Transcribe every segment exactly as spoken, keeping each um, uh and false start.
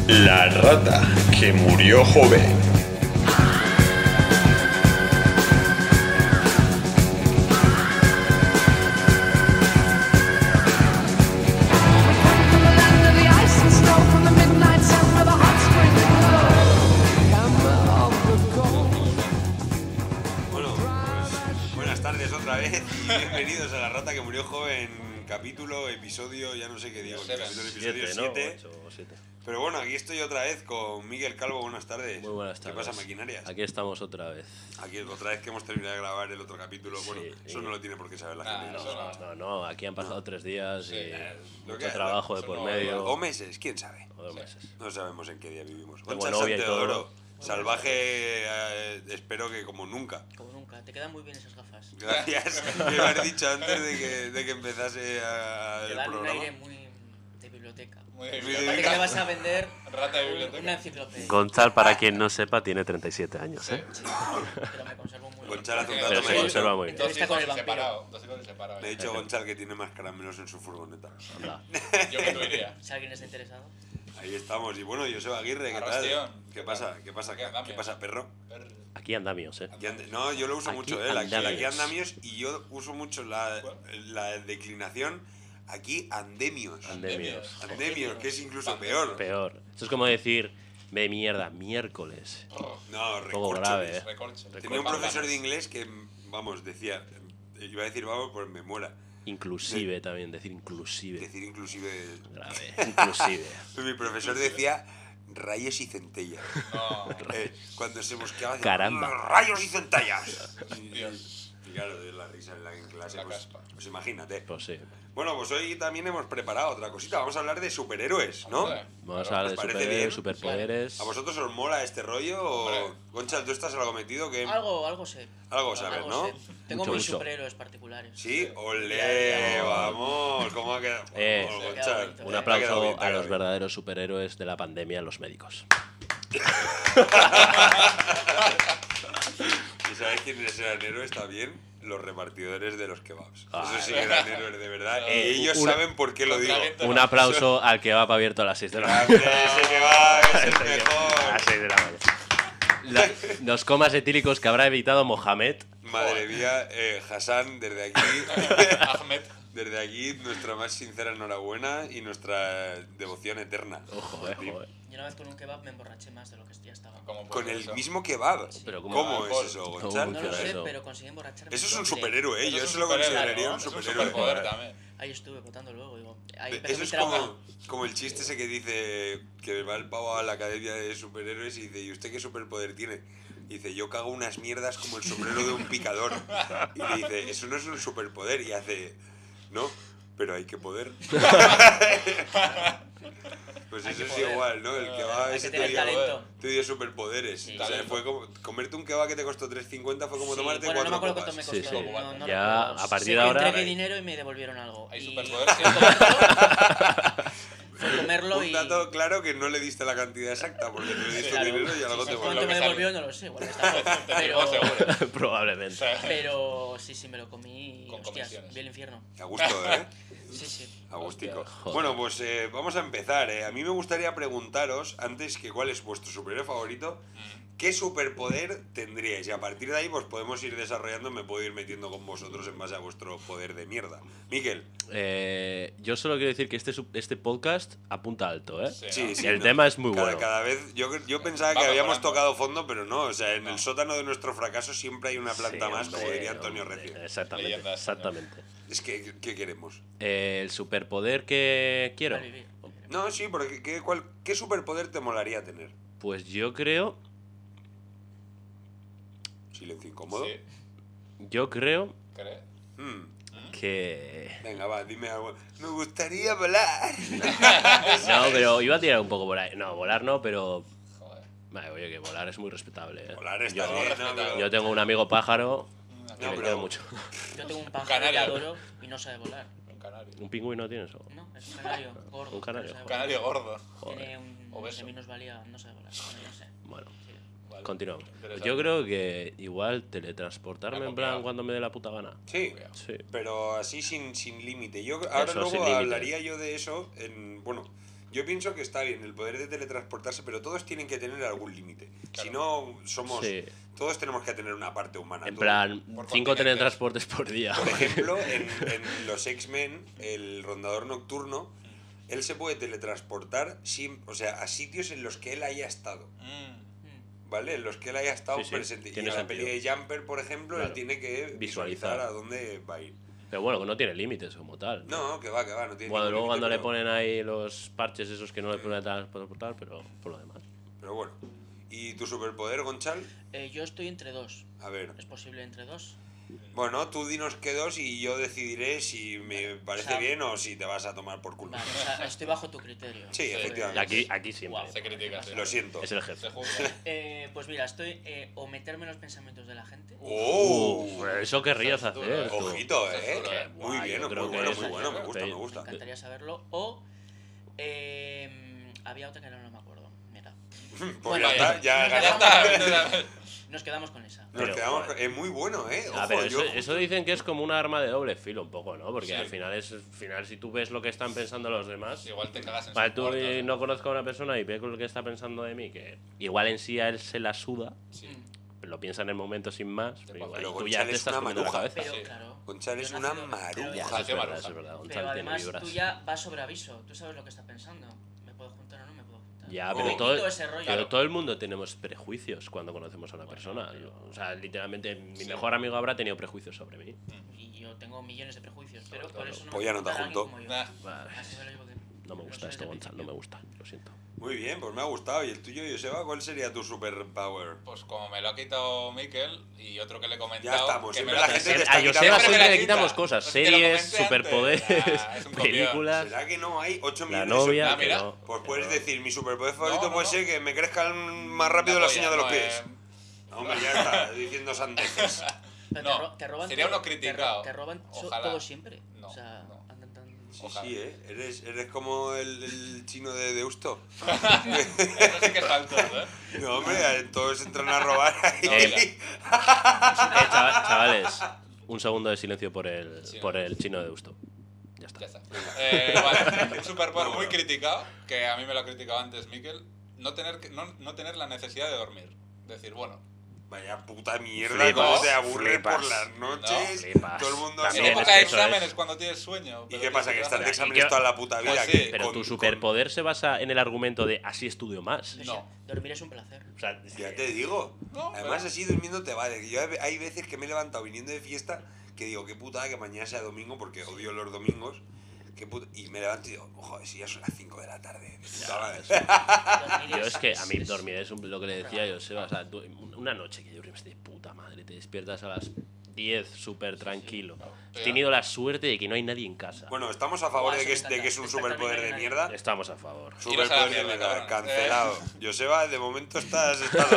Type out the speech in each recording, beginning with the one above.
La rata que murió joven. Bueno, pues buenas tardes otra vez y bienvenidos a La rata que murió joven, capítulo, episodio, ya no sé qué digo, capítulo, episodio siete. Pero bueno, aquí estoy otra vez con Miguel Calvo, buenas tardes. Muy buenas tardes. ¿Qué pasa, maquinarias? Aquí estamos otra vez. Aquí otra vez que hemos terminado de grabar el otro capítulo. Sí, bueno, eso y... no lo tiene por qué saber la Nah, gente. no, No, No, no, no, aquí han pasado no. tres días sí, y eh, mucho que, trabajo lo, de por no, medio. O meses, quién sabe. O dos Sí. meses. No sabemos en qué día vivimos. Tengo Concha novia y Santeodoro, todo. salvaje, eh, espero que como nunca. Como nunca, te quedan muy bien esas gafas. Gracias, me lo has dicho antes de que, de que empezase a, Te el dan un programa. aire muy de biblioteca. Muy Muy bien. Parece que te vas a vender Rata de un- biblioteca. una enciclopedia. Gonzal, para quien no sepa, tiene treinta y siete años, ¿eh? Pero me conservo muy bien. Gonchal hace un Pero rato se me ha conserva dicho, muy bien. Dos Entrevista con hijos el vampiro. separados. Dos hijos separados. me ha dicho Gonchal que tiene más caramelos en su furgoneta. Anda. Yo me lo iría. Si alguien está interesado. Ahí estamos. Y bueno, Joseba Aguirre, ¿qué Arrastión. tal? ¿Qué pasa? ¿Qué pasa? Aquí ¿Qué, andamios. qué pasa, perro? Aquí andamios, ¿eh? Aquí and- No, yo lo uso Aquí mucho, ¿eh? La, la andamios. aquí andamios y yo uso mucho la, la declinación aquí andemios. Andemios. Andemios, que es incluso Andemios. peor. Peor. Esto es como decir, de mierda, miércoles. Oh, No, Un poco recorcholis. grave, ¿eh? recorcho. Tenía un profesor de inglés que, vamos, decía, iba a decir vamos, pues me muera. Inclusive también, decir inclusive. Decir inclusive... Grave. Inclusive. Mi profesor decía rayos y centellas. No. Eh, cuando se mosqueaba decía, Caramba. rayos y centellas. Y, Dios. y claro, de la risa en la en clase, La pues, caspa. pues imagínate. Pues sí. Bueno, pues hoy también hemos preparado otra cosita. Vamos a hablar de superhéroes, ¿no? Hombre. Vamos Claro, a hablar de ¿os parece super- bien? superpoderes. ¿A vosotros os mola este rollo? O... Hombre. Concha, ¿tú estás algo metido? que Algo, algo sé. Algo sabes, Algo ¿no? sé. Tengo Mucho, mis mucho. superhéroes particulares. Sí, ole, Ya, ya. vamos. ¿Cómo ha quedado? Eh, Vamos, Se ha Gonchal. quedado bonito. Un Te ha aplauso quedado bien, te ha a quedado los bien. verdaderos superhéroes de la pandemia, los médicos. ¿Y sabéis quiénes eran héroes también? Los repartidores de los kebabs. Ah, Eso sí que eran héroes de verdad. Eh, y ellos una- saben por qué lo digo. Contraviento. Un aplauso al que va abierto a las seis de la mañana. Grande, ese kebab es el A mejor. las seis de la mañana. La- los comas etílicos que habrá evitado Mohamed. Madre mía, eh, Hassan, desde aquí, Ahmed. desde aquí, nuestra más sincera enhorabuena y nuestra devoción eterna. Ojo, eh, ojo, eh. Y una vez con un kebab me emborraché más de lo que ya estaba. ¿Cómo puede Con ser el eso? mismo kebab. Pero ¿Cómo, ¿cómo? es eso, ¿Cómo Gonchal? No lo funciona sé, eso? pero conseguí emborracharme. Eso es un doble. superhéroe, ¿eh? Eso Yo es eso un lo superhéroe, consideraría ¿no? un Es un superhéroe. superpoder también. Ahí estuve votando luego. Digo, ahí empezó Eso mi es trauma. como, como el chiste ese que dice que va el pavo a la academia de superhéroes y dice, ¿y usted qué superpoder tiene? Y dice, yo cago unas mierdas como el sombrero de un picador. Y le dice, eso no es un superpoder. Y hace, no, pero hay que poder. Pues Hay eso que es poder. igual, ¿no? El kebab Hay ese que te tener dio, talento. te dio superpoderes. Sí. O sea, Talento. fue como, comerte un kebab que te costó tres cincuenta fue como Sí, tomarte bueno, no me cuatro acuerdo cuánto me copas. costó. Sí, sí. No, no Ya, recuerdo. a partir Sé de que ahora- entregué dinero y me devolvieron algo. Hay Y superpoder fue siempre. Fue comerlo Un y... dato claro que no le diste la cantidad exacta porque tú le diste Claro. dinero y algo Sí, te sí, volvió. ¿Cuánto lo me que devolvió? No lo sé. Igual está roto, pero, Pero seguro. Probablemente. pero sí, sí, me lo comí y, Con hostias, comisiones. vi el infierno. A gusto, ¿eh? Sí, sí. Agústico. Joder. Bueno, pues eh, vamos a empezar. eh. A mí me gustaría preguntaros, antes que cuál es vuestro superhéroe favorito, ¿qué superpoder tendríais? Y a partir de ahí pues podemos ir desarrollando, me puedo ir metiendo con vosotros en base a vuestro poder de mierda. Miquel. Eh, yo solo quiero decir que este, sub- este podcast apunta alto, ¿eh? Sí, Sí, ¿no? sí. El no. tema es muy cada, bueno. Cada vez, yo, yo pensaba que Va habíamos mejorando. tocado fondo, pero no. O sea, en No. el sótano de nuestro fracaso siempre hay una planta Sí, más, hombre, como diría Antonio hombre, Recio. Exactamente, Leyendas, exactamente. Es que, ¿qué queremos? Eh, el superpoder que quiero. Para vivir. No, sí, porque ¿qué, cuál, ¿qué superpoder te molaría tener? Pues yo creo, Silencio incómodo. Sí. yo creo ¿Crees? Hmm. que... Venga, va, dime algo. Me gustaría volar. No, pero iba a tirar un poco por ahí. No, volar no, pero... Joder. Vale, oye, que volar es muy respetable, ¿eh? Volar está yo, bien, no, pero- yo tengo un amigo pájaro que No, me pero- quiere mucho. Yo tengo un pájaro canario. que adoro y no sabe volar. Un canario. ¿Un pingüino tienes o...? No, es un canario gordo. Un canario. no sabe Un volar. canario gordo. Tiene un Obeso. seminusvalía, no sabe volar. Bueno, no sé. Bueno, Sí. Vale. continuamos. Interesante. Yo creo que igual teletransportarme Me ha en plan copiado. cuando me dé la puta gana. Sí, Cuidado. Sí. pero así sin, sin límite. Yo ahora Eso, luego sin límite. hablaría yo de eso en... Bueno, Yo pienso que está bien el poder de teletransportarse, pero todos tienen que tener algún límite. Claro. Si no, somos... Sí. Todos tenemos que tener una parte humana. En Tú- plan, Por cinco continentes. teletransportes por día. Por ejemplo, en, en los X-Men, el rondador nocturno, él se puede teletransportar sin, o sea, a sitios en los que él haya estado. Mm. ¿Vale? En los que él haya estado Sí, sí, presente. Y tiene en la peli sentido. de Jumper, por ejemplo, Claro. él tiene que Visualizar. visualizar a dónde va a ir. Pero bueno, que no tiene límites como tal. No, que va, que va, no tiene Bueno, ningún luego límite, cuando le pero- ponen ahí los parches esos que no le pueden transportar, pero por lo demás. Pero bueno. ¿Y tu superpoder, Gonchal? Eh, yo estoy entre dos. A ver. ¿Es posible entre dos? Bueno, tú dinos qué dos y yo decidiré si me parece O sea, bien o si te vas a tomar por culo. Vale, o sea, estoy bajo tu criterio. Sí, Sí. efectivamente. Y aquí, aquí siempre. Guau. Se critica, sí. Lo siento. Es el jefe. Se juzga. Eh, pues mira, estoy eh, o meterme en los pensamientos de la gente. ¡Oh! Uh, eso querrías Eso es hacer. duro, tú. Ojito, Eso es ¿eh? duro, eh. Muy Guay, bien, yo muy creo que bueno, eso- muy bueno. Me me gusta, me Me Me gusta. encantaría saberlo. O eh, había otra que ahora no me acuerdo. Mira. Pues Bueno, ya está, ya nos Ya ganamos. está. Nos quedamos con esa. Nos Pero, quedamos. joder. Es muy bueno, ¿eh? Ah, Ojo, pero eso, yo- eso dicen que es como un arma de doble filo un poco, ¿no? Porque Sí. al final es al final si tú ves lo que están pensando los demás, Igual te cagas en vale, sus tú muertos, eh, ¿eh? no conozco a una persona y ves lo que está pensando de mí, que igual en sí a él se la suda, Sí. lo piensa en el momento sin más, pero igual pero y tú ya Gonzalo te es estás una comiendo la maruja. cabeza. Pero Sí. claro. Gonzalo es yo he una nacido- maruja. pero- Eso es Nació verdad, Maruja. eso es verdad. Pero Gonzalo tiene además vibras. tú ya vas sobre aviso. Tú sabes lo que está pensando. ¿Me puedo juntar o no me puedo juntar? Ya, Oh. pero, Me todo, quito ese rollo. pero Claro. todo el mundo tenemos prejuicios cuando conocemos a una persona. Yo- o sea, literalmente mi Sí. mejor amigo habrá tenido prejuicios sobre mí. Y yo tengo millones de prejuicios, pero Sobre por todo. eso no Pues me ya puedo no te juntar a alguien junto. como yo. Nah. Bah, Así me lo digo que- no me lo gusta sé esto, desde el Gonzalo, no me principio. gusta, lo siento. Muy bien, pues me ha gustado. ¿Y el tuyo, Joseba? ¿Cuál sería tu superpower? Pues como me lo ha quitado Miquel y otro que le he comentado. Ya estamos, que me siempre lo la hace- gente te A está Joseba quitando- Siempre me siempre la le quita. quitamos cosas, Pues que te lo series, comenté antes. superpoderes, Ah, es un copión. películas. ¿Será que no hay ocho La millones novia, Ah, que mira. no. Pues que puedes no. decir, mi superpoder favorito No, no, puede no. ser que me crezcan más rápido La las polla, uñas de los no, pies. eh, No, hombre, ya está, diciendo sandeces. Pero No, te, ro- te roban sería todo- uno criticado. Te, ro- te roban so- Ojalá. todo siempre. No, o sea, no. andan tan... Sí, Ojalá. sí, ¿eh? Eres, eres como el, el chino de Deusto. Eso sí que es faltoso, ¿eh? No, hombre, todos entran a robar ahí. No, mira. Eh, chava- chavales, un segundo de silencio por el, Sí, por no. el chino de Deusto. Ya está. Ya está. Eh, vale, un superpoder muy criticado, que a mí me lo ha criticado antes Miquel, no tener, que- no, no tener la necesidad de dormir. Decir, bueno, Vaya puta mierda, Flipas, cómo te aburres flipas. por las noches. Flipas. Todo el mundo También en así. es época de que eso exámenes es- cuando tienes sueño. ¿Y pero qué pasa? te Que vas estás a- de ¿Y exámenes qué- toda la puta vida. Pues sí, que Pero con- tu con- superpoder se basa en el argumento de así estudio más. Pero No. sí, dormir es un placer. O sea, Ya te digo. No, Además, pero- así durmiendo te vale. Que yo hay- hay veces que me he levantado viniendo de fiesta que digo, qué putada que mañana sea domingo porque odio los domingos. Qué puta- Y me levanto y digo, joder, si ya son las cinco de la tarde. de puta madre". Dormir Yo es que a mí es- dormir es un- lo que le decía yo, Seba, o sea, tú- una noche que duermes de puta madre, te despiertas a las diez súper tranquilo. He tenido la suerte de que no hay nadie en casa. Bueno, estamos a favor Buah, de que, eso es, me de que es un encanta. superpoder de Está mierda. Estamos a favor. Iros a la Superpoder de mierda, mierda, cabrones. cancelado. Joseba, de momento estás. estás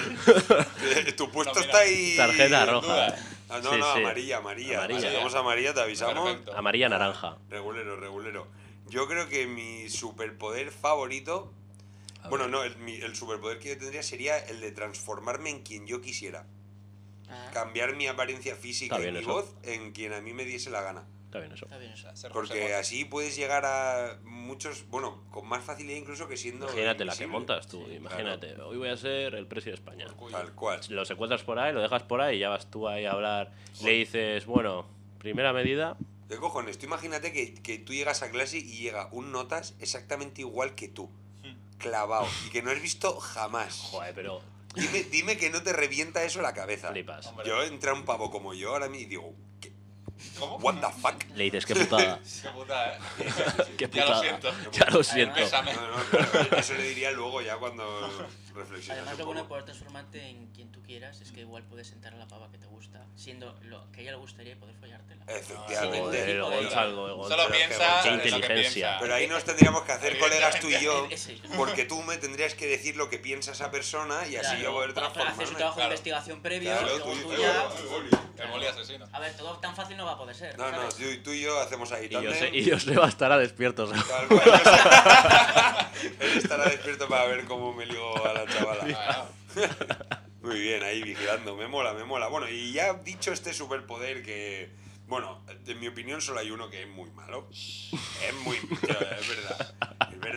eh, tu puesto No, mira. está ahí. Tarjeta roja. duda. ¿eh? Ah, no, Sí, no, sí. amarilla, amarilla. Amarilla. Si llegamos a amarilla, te avisamos. Perfecto. Amarilla naranja. Regulero, regulero. Yo creo que mi superpoder favorito. Bueno, no, el, mi- el superpoder que yo tendría sería el de transformarme en quien yo quisiera. Ah, Cambiar mi apariencia física Está y bien mi eso. voz en quien a mí me diese la gana. Está bien eso. está bien eso. Ser José Porque Juan. así puedes llegar a muchos, bueno, con más facilidad incluso que siendo Imagínate la que invisible. montas tú, imagínate. Hoy voy a ser el precio de España. Orgullo. Tal cual. Lo secuestras por ahí, lo dejas por ahí y ya vas tú ahí a hablar. Le dices, bueno, primera medida, ¿Qué cojones? Tú imagínate que, que tú llegas a clase y llega un notas exactamente igual que tú. Clavado. Y que no has visto jamás. joder, pero Dime, dime que no te revienta eso la cabeza. flipas. Hombre. Yo entra un pavo como yo ahora mismo y digo, ¿qué? ¿Cómo? ¿What the fuck? Le dices, qué putada. Qué puta, ¿eh? Qué Ya lo putada. siento. Ya lo siento. Bésame. No, no, claro, eso le diría luego ya cuando reflexionas Además, un lo bueno de poco. poder transformarte en quien tú quieras es que igual puedes sentar a la pava que te gusta, siendo lo que a ella le gustaría y poder follártela. Efectivamente. Joder, el Joder, Gonzalo, el Solo Gonzalo. piensa qué en lo que inteligencia. piensa. Pero ahí nos tendríamos que hacer colegas tú y yo, Ese. porque tú me tendrías que decir lo que piensa esa persona y así Claro, yo poder para- para hacer su transformarme. trabajo de Claro. investigación previo, Claro, y luego tú- tú tú- ya... El boli asesino. A ver, todo tan fácil no va a poder ser. No, no, ¿sabes? tú, y- tú y yo hacemos ahí Y yo, tándem. sé, y yo sé va a estar a despiertos. Tal cual, yo sé. Él estará despierto para ver cómo me ligo a la chavala. Bueno, Muy bien, ahí vigilando, me mola, me mola. Bueno, y ya dicho este superpoder que, bueno, en mi opinión solo hay uno que es muy malo. Es muy, es verdad. Es verdad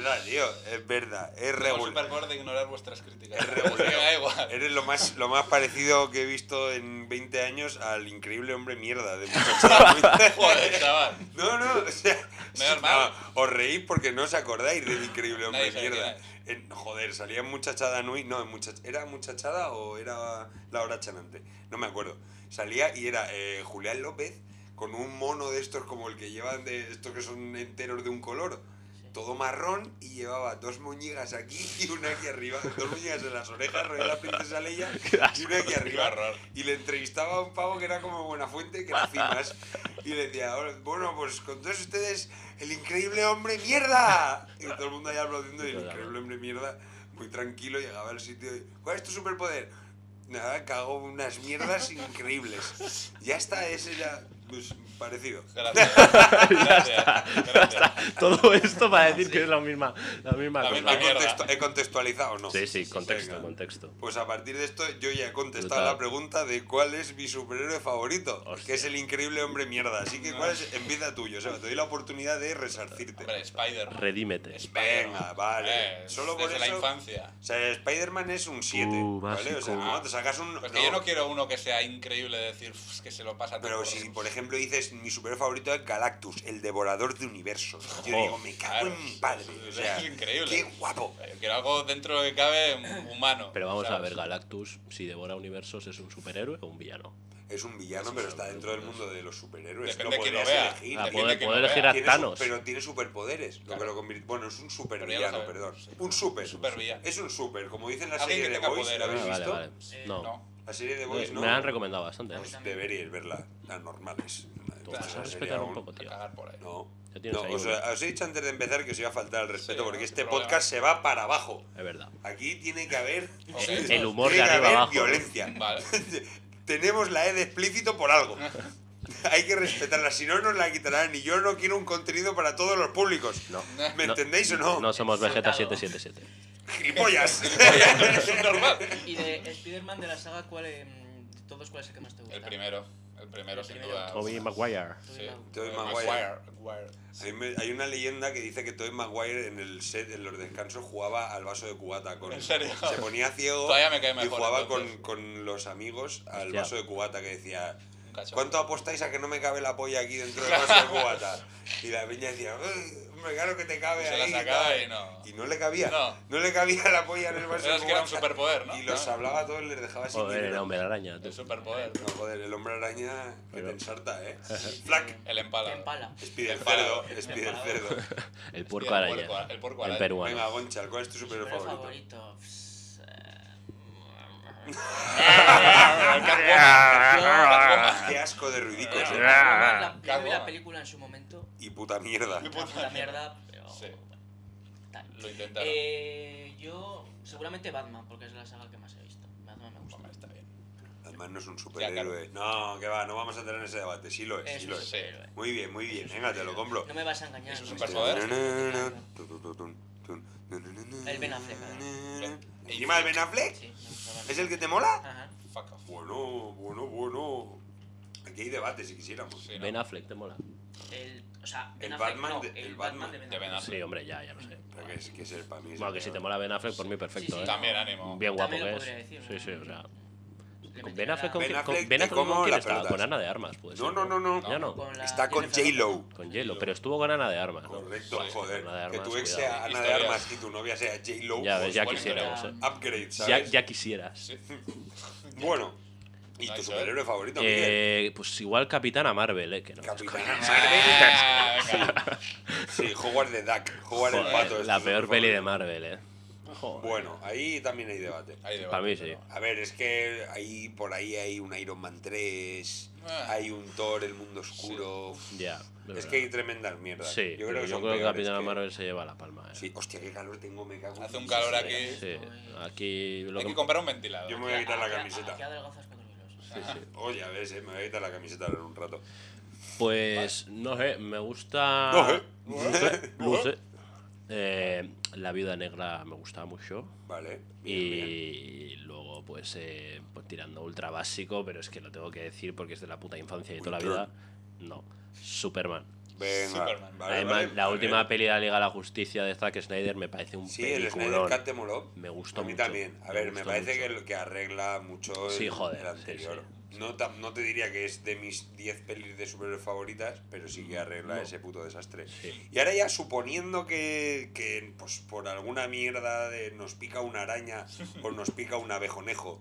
verdad, tío. Es verdad. Es Tengo el regular. superpoder de ignorar vuestras críticas. Es regular. Me da igual. Eres lo más, lo más parecido que he visto en veinte años al increíble hombre mierda de muchachada. Joder, chaval. No, no, o sea, Menos mal. no, os reís porque no os acordáis del increíble hombre Nadie sabe mierda. quién En- joder, salía en Muchachada Nui, no, en muchach- ¿era Muchachada o era La Hora Chanante? No me acuerdo. Salía y era eh, Julián López con un mono de estos como el que llevan de estos que son enteros de un color, todo marrón, y llevaba dos moñigas aquí y una aquí arriba, dos moñigas en las orejas, rollo la princesa Leia, y una aquí arriba. horror. Y le entrevistaba a un pavo que era como Buenafuente, que era Cimas, y le decía, bueno, pues con todos ustedes, el increíble hombre mierda. Y todo el mundo ahí aplaudiendo, y el increíble hombre mierda, muy tranquilo, llegaba al sitio y, ¿cuál es tu superpoder? Nada, cago unas mierdas increíbles. Ya está, ese ya, pues, parecido. Gracias. Gracias. Gracias. Todo esto para decir que es la misma, la misma La cosa. misma ¿He, mierda. contextu- he contextualizado o no? Sí, sí, contexto, Venga. contexto. Pues a partir de esto yo ya he contestado Brutal. la pregunta de cuál es mi superhéroe favorito, Hostia. que es el increíble hombre mierda. Así que cuál es, empieza tuyo, o sea, te doy la oportunidad de resarcirte. Hombre, Spider. Redímete. Venga, vale. Eh, Solo por desde eso. la infancia. O sea, Spider-Man es un siete, Uh, ¿vale? O sea, básico. no, te sacas un... Pues que yo no quiero uno que sea increíble decir "Uf, que se lo pasa todo. Pero por- si, por ejemplo, dices mi superhéroe favorito es Galactus, el devorador de universos. Yo Ojo. digo, me cago Claro, en mi padre. O sea, es increíble. qué guapo. Yo quiero algo dentro de que cabe humano. Pero vamos a ¿sabes? ver, Galactus, si devora universos, ¿es un superhéroe o un villano? Es un villano, pero está dentro del mundo de los superhéroes. Depende lo de quién lo podrías vea. elegir. Ah, Depende puede, de quién puede lo elegir vea. a Tiene su- Thanos. pero tiene superpoderes, lo Claro. que lo convierte... Bueno, es un super Pero ya lo villano, sabemos. perdón. Un super. Supervillano. Es un super, como dicen la Alguien serie que de tenga Boys, poder, ¿la habéis Ah, vale, visto? vale. Eh, No. No. La serie de Boys, Me ¿no? la han recomendado bastante. ¿eh? Pues deberíais verla, las normales. Tú Esta vas a sería respetar un un- poco, A tío. cagar por ahí. No. Ya tienes No, ahí os, uno. os he dicho antes de empezar que os iba a faltar el respeto Sí, porque no, este sin problema. podcast se va para abajo. Es verdad. Aquí tiene que haber... Ok. El humor de tiene que arriba haber abajo. violencia. Vale. Tenemos la E de explícito por algo. Hay que respetarla, si no nos la quitarán. Y yo no quiero un contenido para todos los públicos. No. ¿Me No. entendéis o no? No somos Vegeta Soltado. siete siete siete. ¡Gilipollas! Eso es normal. Y de Spider-Man de la saga, ¿cuál, eh, de todos, ¿cuál es el que más te gusta? El primero. El primero, El sin primero. duda. Tobey Maguire. Sí. Tobey Eh, Maguire. Maguire. A mí me- hay una leyenda que dice que Tobey Maguire en el set, en los descansos, jugaba al vaso de cubata. Con, ¿En serio? Se ponía ciego Todavía me cae y mejor, jugaba con, entonces. con los amigos al Hostia. vaso de cubata que decía... Un cacho. ¿Cuánto apostáis a que no me cabe la polla aquí dentro del vaso de cubata? Y la peña decía, "Uy, hombre, claro que te cabe Se ahí. la y sacaba tal". y no. Y no le cabía. No. No le cabía la polla en el vaso Pero de es que era un cubata. superpoder, ¿no? Y los ¿No? hablaba a todos, les dejaba sin Joder, el dinero. hombre araña. tú. El superpoder. No, joder, el hombre araña que Pero- te ensarta, ¿eh? Flack. El empala. Empala. Espide el Empalado. cerdo, espide el cerdo. El puerco el araña. puerco- el puerco En araña. peruano. Venga, Gonchal, ¿cuál es tu superhéroe Pero favorito? favorito. pss, eh, Qué asco de ruidicos, yo- ¿eh? la, yo vi Catwoman. la película en su momento. Y puta mierda. Una puta mierda, pero. Sí. tal. Lo intentaron. Eh, yo, seguramente Batman, porque es la saga que más he visto. Batman me gusta. Hombre, está bien. Además no es un superhéroe. No, que va, no vamos a entrar en ese debate. Sí lo es, Es sí un lo es. superhéroe. Muy bien, muy bien. Venga, te lo compro. No me vas a engañar. ¿Es un no me superpoder? estás criticando. El Ben Affleck, ¿eh? ¿Encima de Ben Affleck? Sí, me gusta Batman. ¿Es el que te mola? Ajá. Fuck off. Bueno, bueno, bueno. Aquí hay debate si quisiéramos. Sí, ¿no? Ben Affleck, ¿te mola? El, o sea, Ben El Affleck, Batman no, de- el, el Batman, Batman de Ben de Ben Affleck. Affleck. Sí, hombre, ya, ya lo sé. Pero que es, que es el para mí. es Bueno, el que si peor. te mola Ben Affleck, por mí perfecto, Sí, sí. ¿eh? También ánimo. Bien guapo También que lo es. podría decir, Sí, ¿no? sí, o sea. Le Con metería Ben Affleck, ¿con, Ben quién- Affleck con, Ben te Affleck, ¿con como quién las estaba? pelotas. Con Ana de Armas, puede No, ser. no, no, no. Ya no. Con la Está con Jennifer J-Lo. López. Con J-Lo, pero estuvo con Ana de Armas, ¿no? Correcto, Sí, joder. Ana de Que Armas, tu ex cuidado. sea Ana de Historia. Armas y tu novia sea J-Lo. Ya ves, pues, ya buena quisiéramos, historia. ¿eh? upgrade, Ya, ¿sabes? ya quisieras. Sí. Bueno, ¿y No, tu eso superhéroe favorito, Miguel? Eh, pues igual Capitana Marvel, ¿eh? Que no. Capitana Ah, Marvel. venga. Sí, Howard the Duck. Howard el Joder, pato. es la tu peor peli de favorito. Marvel, ¿eh? Joder. Bueno, ahí también hay debate. Ahí debate, Para mí sí. pero- A ver, es que ahí por ahí hay un Iron Man tres, Ah. hay un Thor, el mundo oscuro. Ya. Es verdad. que hay tremendas mierdas. Sí, yo creo pero que yo son creo que peores Capitana que- Marvel se lleva la palma, ¿eh? Sí, hostia, qué calor tengo, me cago en Hace un mi calor sisera. aquí. Sí, aquí lo Hay que... que comprar un ventilador. Yo me voy a quitar la Aquí- camiseta. Aquí adelgazas cuatro kilos. Sí, sí. Oye, a ver, eh, me voy a quitar la camiseta ahora en un rato. Pues, no sé, me gusta... No sé. No sé, no sé. Eh, la Viuda Negra me gustaba mucho. Vale. bien, bien. Y luego, pues, eh, pues tirando ultra básico, pero es que lo tengo que decir porque es de la puta infancia y toda la Ultron. vida. No, Superman. Venga. Superman. Vale, Además, vale, la vale. última peli de la Liga de la Justicia de Zack Snyder me parece un Sí, el Snyder peliculón. Cut te moló. Me gustó A mí mucho. también. A ver, me gustó parece mucho. que, que arregla mucho Sí, el, joder, el anterior. sí, sí. No, tam- no te diría que es de mis diez pelis de superhéroes favoritas, pero sí que arregla No. ese puto desastre. Sí. Y ahora ya suponiendo que, que pues, por alguna mierda de nos pica una araña o nos pica un abejonejo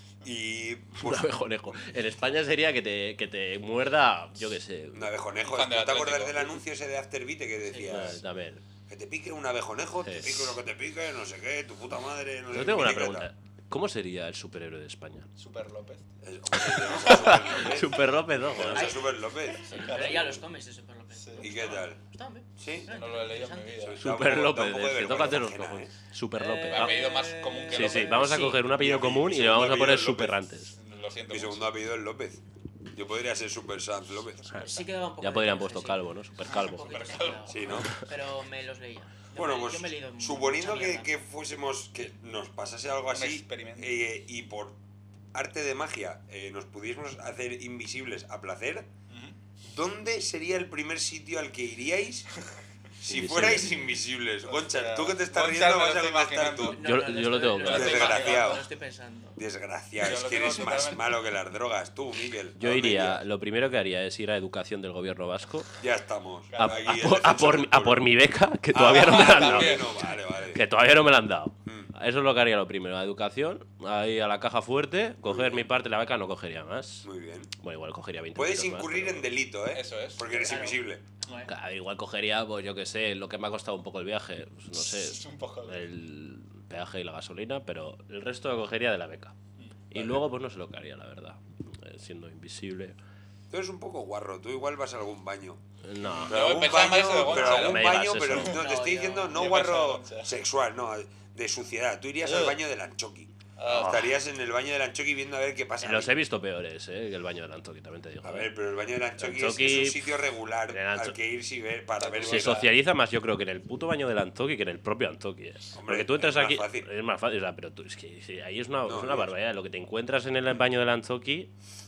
y Un pues, abejonejo. En España sería que te, que te muerda, yo qué sé. un abejonejo, Un fan del ¿no te acuerdas Atlético? del anuncio ese de Afterbeat que decías? Eh, también. Que te pique un abejonejo, te Sí. pique lo que te pique, no sé qué, tu puta madre, no sé Yo qué, tengo una bicicleta. pregunta. ¿Cómo sería el superhéroe de España? Super López. Es- hombre, tenemos a Super López. Super López, ¿no? Tenemos Joder. a Super López. Pero ya los comes de Super López. Sí. ¿Y qué tal? Están bien. ¿Sí? No lo he leído en mi vida. Da un Super poco- da un López, poco de eh, que vergüenza tócate los ajena, cojones. ¿eh? Super Eh, López. Mi Ah, apellido más común que Sí, López. sí, vamos a Sí. coger un apellido Mi- común mi y le vamos a segundo poner apellido es Super López. antes. Lo siento Mi mucho. segundo apellido es López. Yo podría ser Super Sanz López. Sí quedaba un poco Ya de podrían cringe, puesto sí. calvo, ¿no? Super Un calvo. poquito Super sí quedaba. Sí, ¿no? Pero me los leía. Yo Bueno, me- pues yo me he leído suponiendo mucha que, mierda. que fuésemos, que nos pasase algo Un así experimento. eh, y por arte de magia eh, nos pudiésemos hacer invisibles a placer, Ujú. ¿dónde sería el primer sitio al que iríais si Invisible. fuerais invisibles? Goncha, Hostia, tú que te estás Goncha riendo me vas lo a estoy contestar tú. imaginando. Yo- no, yo lo estoy- tengo lo claro. estoy Desgraciado. pensando, Lo estoy pensando. Desgraciado, Yo es lo que tengo eres más totalmente. malo que las drogas, tú, Miguel. Yo ¿A dónde iría, irías? lo primero que haría es ir a educación del gobierno vasco Ya estamos. a, Aquí a el por, a defensor por- del a por pueblo. mi beca, que Ah, todavía no me la han dado. también. No, vale, vale. Que todavía no me la han dado. Mm. Eso es lo que haría lo primero, la educación, ahí a la caja fuerte, coger mi parte de la beca, no cogería más. Muy bien. Bueno, igual cogería veinte Puedes kilos más, incurrir pero- en delito, ¿eh? Eso es. Porque eres Claro. invisible. Bueno, Claro, igual cogería, pues yo qué sé, lo que me ha costado un poco el viaje, pues, no sé, Es un poco de- el peaje y la gasolina, pero el resto lo cogería de la beca. Y luego, pues no sé lo que haría, la verdad, eh, siendo invisible. Tú eres un poco guarro, tú igual vas a algún baño. Eh, No, Pero Yo algún pensaba baño, eso de Gonza, pero ¿eh? algún No me digas baño, eso. pero no, te No, estoy yo- diciendo no yo guarro pensaba Gonza. sexual, no, de suciedad. Tú irías al Eh. baño del Anchoqui. Ah. Estarías en el baño del Anchoqui viendo a ver qué pasa. los ahí. he visto peores, eh, que el baño del Antoqui, también te digo. A ver, pero el baño del Anchoqui es, Anchoqui- es un sitio regular el Ancho- al que ir si ver para ver Se si- socializa más, yo creo, que en el puto baño del Antoqui que en el propio Antoqui. eh. Porque tú entras es más aquí. fácil. Es más fácil, o sea, pero tú, es que sí, ahí es una, No, es una Dios. barbaridad. Lo que te encuentras en el baño del Antoqui.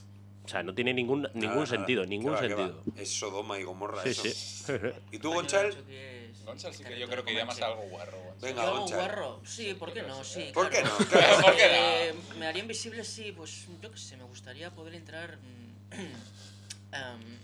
O sea, no tiene ningún, Nada, ningún nada. sentido, ¿Qué ningún va, qué sentido. va? Es Sodoma y Gomorra Sí, eso. sí. ¿Y tú, Baño de Gonchal? Ancho que es Gonzalo sí que yo territorio creo que iría más comanche. a algo guarro. Gonzalo. Venga, ¿Yo hago Gonchal. guarro? Sí, ¿por qué no? Sí, ¿Por qué claro. no? Claro. ¿Por qué no? Eh, me haría invisible, sí, pues yo qué sé, me gustaría poder entrar. mm, em,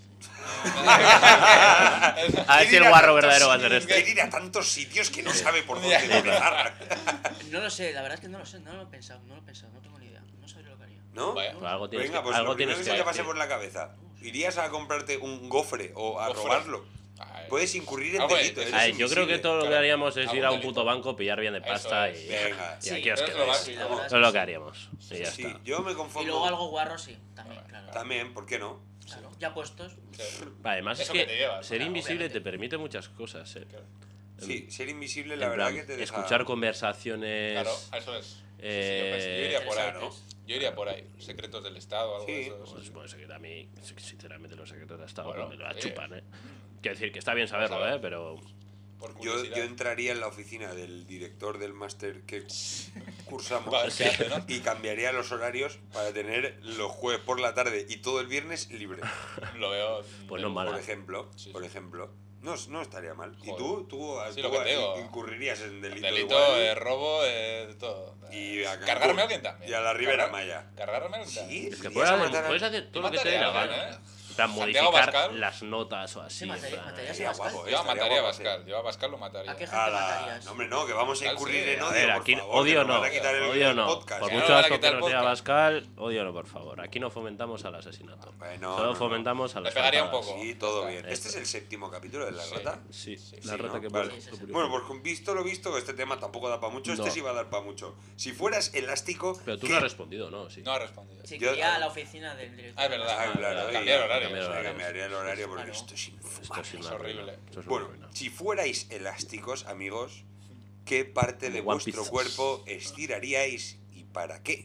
A ver si el guarro verdadero va a ser este. Quiere ir a tantos sitios que no sabe por dónde empezar. no lo sé, la verdad es que no lo sé, no lo he pensado, no lo he pensado, no tengo ni idea, no sabría lo que haría. ¿No? Vaya. Pero algo tienes Venga, que, pues algo lo primero tienes que se te que pase decir. por la cabeza. ¿Irías a comprarte un gofre o a Gofre. robarlo? Ay. Puedes incurrir en Algo de- delito. de- eres A ver, yo creo que invisible. todo lo que claro. haríamos es ir Algún a un delito. puto banco, pillar bien de Eso pasta es. y, Venga. y Sí, aquí os es lo quedáis. básico. La verdad Eso es lo sí. que haríamos. Y ya Sí, está. yo me conformo. Y luego algo guarro, sí, también, claro. También, ¿por qué no? Claro, ya puestos. Sí. Además, es Eso que, que te llevas, ser claro, invisible obviamente. te permite muchas cosas. Eh. Claro. Sí, ser invisible la En verdad plan, que te deja... escuchar conversaciones. Claro, eso es. Sí, sí, Eh, yo, pens- yo iría por ahí, ¿no? interesantes. Yo iría por ahí. Secretos del Estado, algo Sí. de eso. Pues, sí. pues que a mí, sinceramente, los secretos de Estado Bueno, me la eh. chupan, ¿eh? Quiero decir que está bien saberlo, Vamos a ver. ¿eh? Pero. Por Yo, curiosidad. yo entraría en la oficina del director del máster que cursamos Para ver qué hace, ¿no? y cambiaría los horarios para tener los jueves por la tarde y todo el viernes libre. Lo veo. Pues no de- mal. Por Mala. ejemplo, Sí, por sí. ejemplo. No, no estaría mal. ¿Y Joder. tú? Tú, Sí, tú lo que te digo. incurrirías en delito, Delito, igual. eh, robo, eh, de todo. Y a Cargarme Cancún. a alguien también. Y a la Ribera Cargar- Maya. Cargarme a alguien Sí, también. Es que irías puedes, a hacer- matar a- puedes hacer todo lo que te dé mataría la a alguien, gana. ¿eh? En plan, Santiago modificar Bascal. las notas o así. Sí, en mataría- plan, mataría Estaría Bascal. guapo, Yo a estaría mataría a guapo, sí. Bascal. Yo a Bascal lo mataría. ¿A qué gente Ala. matarías? No, hombre, no, que vamos a Bascal, incurrir sí. en A odio, ver, por aquí favor, odio que nos no, van a quitar el, odio el no. podcast. Por Que no mucho nos van a asco que quitar el nos diga podcast. Bascal, odio no, por favor. Aquí no fomentamos al asesinato. Bueno, Solo no, no. fomentamos a Le las pegaría un patadas. poco. Sí, todo Ya bien. está. Este es el séptimo capítulo de La Sí. Rata. Sí, Sí, la rata ¿no? que Vale. Sí, sí, sí. Bueno, pues visto lo visto, este tema tampoco da para mucho. Este No. sí va a dar para mucho. Si fueras elástico. Pero tú ¿qué- no has respondido, ¿no? Sí. No ha respondido. Sí, Yo- quería a la oficina del director. Ah, es verdad. Ah, claro, Ah, y- cambiar horario. cambiar Sí, horario. cambiaría el horario porque Claro. esto es Esto infumable. es, Es una horrible. ruina. Esto es una Bueno, ruina. si fuerais elásticos, amigos, ¿qué parte de Como One vuestro Piece. cuerpo estiraríais y para qué?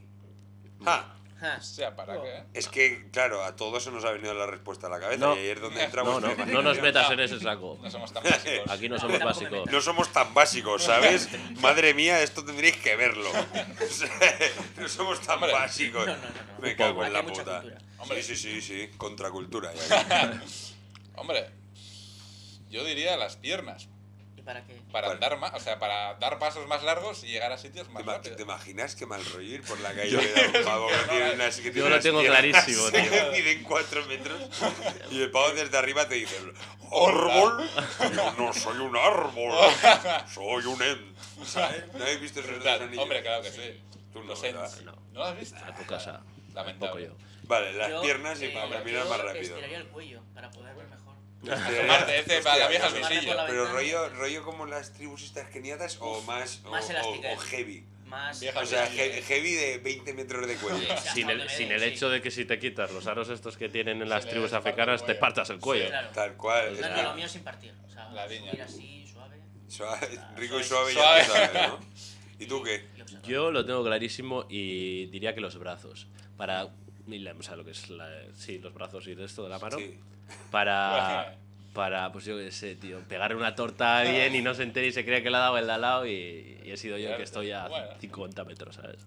Ah, Ja. O sea, ¿para qué? es que, claro, a todos se nos ha venido la respuesta a la cabeza No. y ahí es donde entramos. No, no, en la no nos imaginación. metas en ese saco. No somos tan básicos. Aquí no No, somos tampoco me básicos. No somos tan básicos, ¿sabes? Madre mía, esto tendríais que verlo. O sea, no somos tan Hombre. básicos. No, no, no, no. Me Un cago poco. en la Aquí hay mucha puta. cultura. Hombre. Sí, sí, sí, sí. Contracultura. ya. Hombre, Yo diría las piernas. ¿Y para qué? Para ¿Cuál? andar más, o sea, para dar pasos más largos y llegar a sitios ¿Te, más ima- rápidos. ¿Te imaginas qué mal rollo ir por la calle y ver a un pavo que tiene unas, que tiene Yo lo unas tengo piernas clarísimo, tío. que miden cuatro metros y el pavo desde arriba te dice ¿árbol? Yo no soy un árbol, soy un ent. ¿Sabes? ¿No habéis visto esos dos Brutal. anillos? Hombre, claro que sí. Tú no, Los ¿verdad? Ents. No. ¿No lo has visto? A tu casa. Lamentable. Tampoco yo. Vale, las Yo, piernas y eh, para yo caminar más rápido. estiraría el cuello para poder ver mejor. Aparte, este para la vieja Hostia, visillo. la Pero ventana. rollo, rollo como las tribus estas keniatas o más, o, Más o- elásticas. o heavy. Más... Vieja O sea, visillo. he- heavy de veinte metros de cuello. Sí, sí. Sin el, sin el hecho de que si te quitas los aros estos que tienen en las Se tribus les parte el africanas te cuello. partas el cuello. Sí. Claro. Tal cual. No, No, es no, que- lo mío es impartir. O sea, La viña. ir así, suave. suave, Ah, rico y suave. suave, ya Suave. lo sabes, ¿no? ¿Y tú qué? y observar. Yo lo tengo clarísimo y diría que los brazos. Para. y la- O sea, lo que es la, sí, los brazos y de esto de la mano. Sí. Para. Para, pues yo qué sé, tío. Pegar una torta bien y no se entere y se cree que le ha dado el de al lado y, y he sido yo el que estoy a Bueno. cincuenta metros, ¿sabes?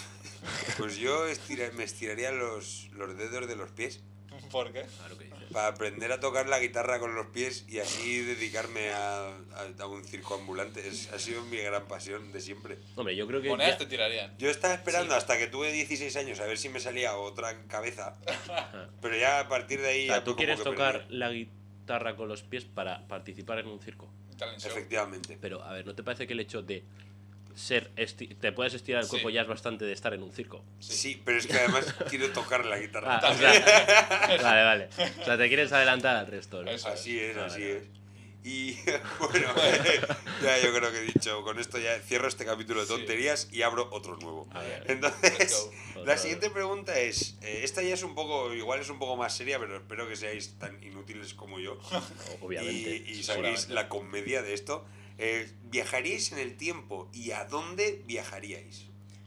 Pues yo estira- me estiraría los, los dedos de los pies ¿Por qué? Claro que dices. para aprender a tocar la guitarra con los pies y así dedicarme a, a- a un circo ambulante. Es- ha sido mi gran pasión de siempre. Hombre, yo creo que. Monedas ya- te tirarían. Yo estaba esperando hasta que tuve dieciséis años a ver si me salía otra cabeza, pero ya a partir de ahí... O sea, ya ¿tú como quieres que tocar perdí. la guitarra con los pies para participar en un circo? Talent show. Efectivamente. Pero, a ver, ¿no te parece que el hecho de ser. esti- te puedes estirar el cuerpo Sí. ya es bastante de estar en un circo? Sí, pero es que además quiero tocar la guitarra. Ah, o sea, vale, vale. O sea, te quieres adelantar al resto, ¿no? Eso. Así es, Ah, así vale, es. Y bueno, ya yo creo que he dicho, con esto ya cierro este capítulo de Sí. tonterías y abro otro nuevo. A ver. Entonces, Let's go. la siguiente pregunta es, eh, esta ya es un poco, igual es un poco más seria, pero espero que seáis tan inútiles como yo Obviamente. y, y saquéis seguramente. la comedia de esto. Eh, ¿Viajaríais en el tiempo y a dónde viajaríais?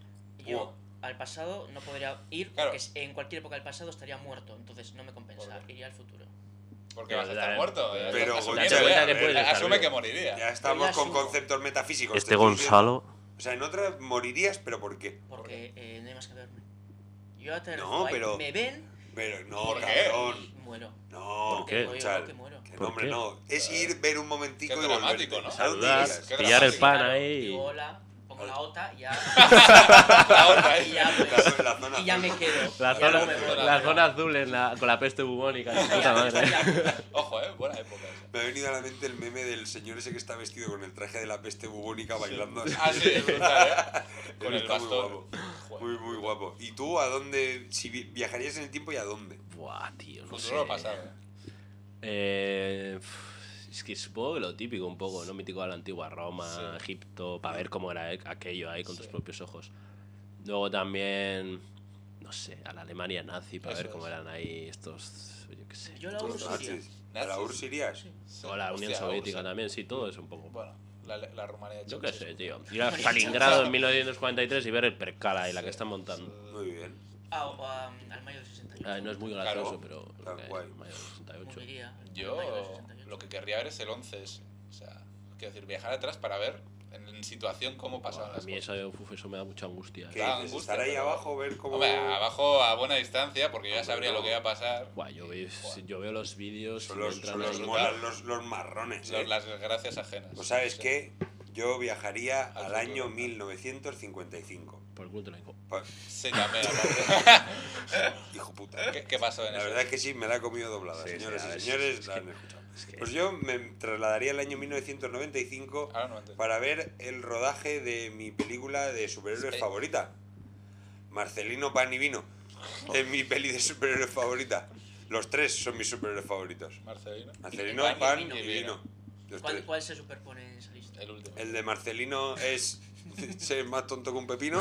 Yo al pasado no podría ir Claro. porque en cualquier época del pasado estaría muerto, entonces no me compensa. ¿Por qué? Iría al futuro. Porque Pero vas a estar la- muerto. pero- ya Pero, estás Gonzalo, asumiendo cuenta ya. que puedes estar Asume vivo. que moriría. Ya estamos ya con asumo. conceptos metafísicos. Este te estoy diciendo. Gonzalo. O sea, en otra morirías, pero ¿por qué? Porque eh, no hay más que verme. Yo a No, pero- me ven Pero no, ¿Por qué? cabrón. y muero. No, ¿Por qué? escuchar. Que muero. Que ¿Por no, hombre, qué? no. Es ir, ver un momentico Qué y dramático, volverte. ¿no? ¿A dónde Saludar, irías? Qué pillar el dramático. pan Claro, ahí. digo hola, pongo la ota y ya, La otra, y ¿eh? ya, pues, La, la zona y ya me azul. quedo. La y ya zona, luego me voy. la zona azul en la- con la peste bubónica. de puta madre. Ojo, eh. Buena época esa. Me ha venido a la mente el meme del señor ese que está vestido con el traje de la peste bubónica bailando así. Ah, sí, es brutal, ¿eh? Con Él el está muy bastón. guapo. Joder. Muy, muy guapo. ¿Y tú a dónde, si vi- viajarías en el tiempo y a dónde? Buah, tío, no Futuro o sé. pasado, ¿eh? Eh, pf, es que supongo que lo típico un poco, ¿no? Mítico de la antigua Roma, Sí. Egipto, para ver cómo era eh, aquello ahí con tus propios ojos. Luego también, no sé, a la Alemania nazi, para Eso ver cómo es. eran ahí estos, yo qué sé. Yo la Los uso iría. nazis. ¿A la U R S S irías? Sí. Sí. O la Unión Hostia, Soviética Ursa. también, sí, todo es un poco. Bueno, la, la Rumanía de Yo qué Ceausescu. sé, tío. Ir a Stalingrado en mil novecientos cuarenta y tres y ver el percala y la que están montando. Muy bien. Ah, o, ah, al mayo del sesenta y ocho. Ay, no es muy Claro. gracioso, pero. lo Tal que hay, cual. mayo del sesenta y ocho. ¿Cómo iría? Al Yo mayo del sesenta y ocho. lo que querría ver es el once ese. O sea, quiero decir, viajar atrás para ver en, en situación cómo pasaban A las mí cosas. eso, uf, eso me da mucha angustia. ¿Qué ¿eh? Da dices? angustia, Estar ahí pero- abajo, ver cómo... Hombre, abajo a buena distancia, porque yo ya Hombre, sabría no. lo que iba a pasar. Buah, yo, veo, yo veo los vídeos Son y me los, entran son los, los- molan los, los marrones, ¿eh? Los- las desgracias ajenas. Pues ¿sabes Sí. qué? Yo viajaría Al al año futuro. mil novecientos cincuenta y cinco. Por el culo te lo digo. Pa- Sí, también, aparte. Hijo puta. ¿Qué, qué pasó en La eso? verdad es que sí, me la he comido doblada, Sí, sí, señores a y ver, señores, es la que- han escuchado. es que- Pues yo me trasladaría al año mil novecientos noventa y cinco Ahora no entiendo. para ver el rodaje de mi película de superhéroes Sí. favorita. Marcelino Pan y Vino. Es mi peli de superhéroes favorita. Los tres son mis superhéroes favoritos. Marcelino. Marcelino, Pan y Pan Vino. y Vino. Los ¿Cuál, tres. ¿Cuál se superpone en esa lista? El último. El de Marcelino es ser más tonto que un pepino.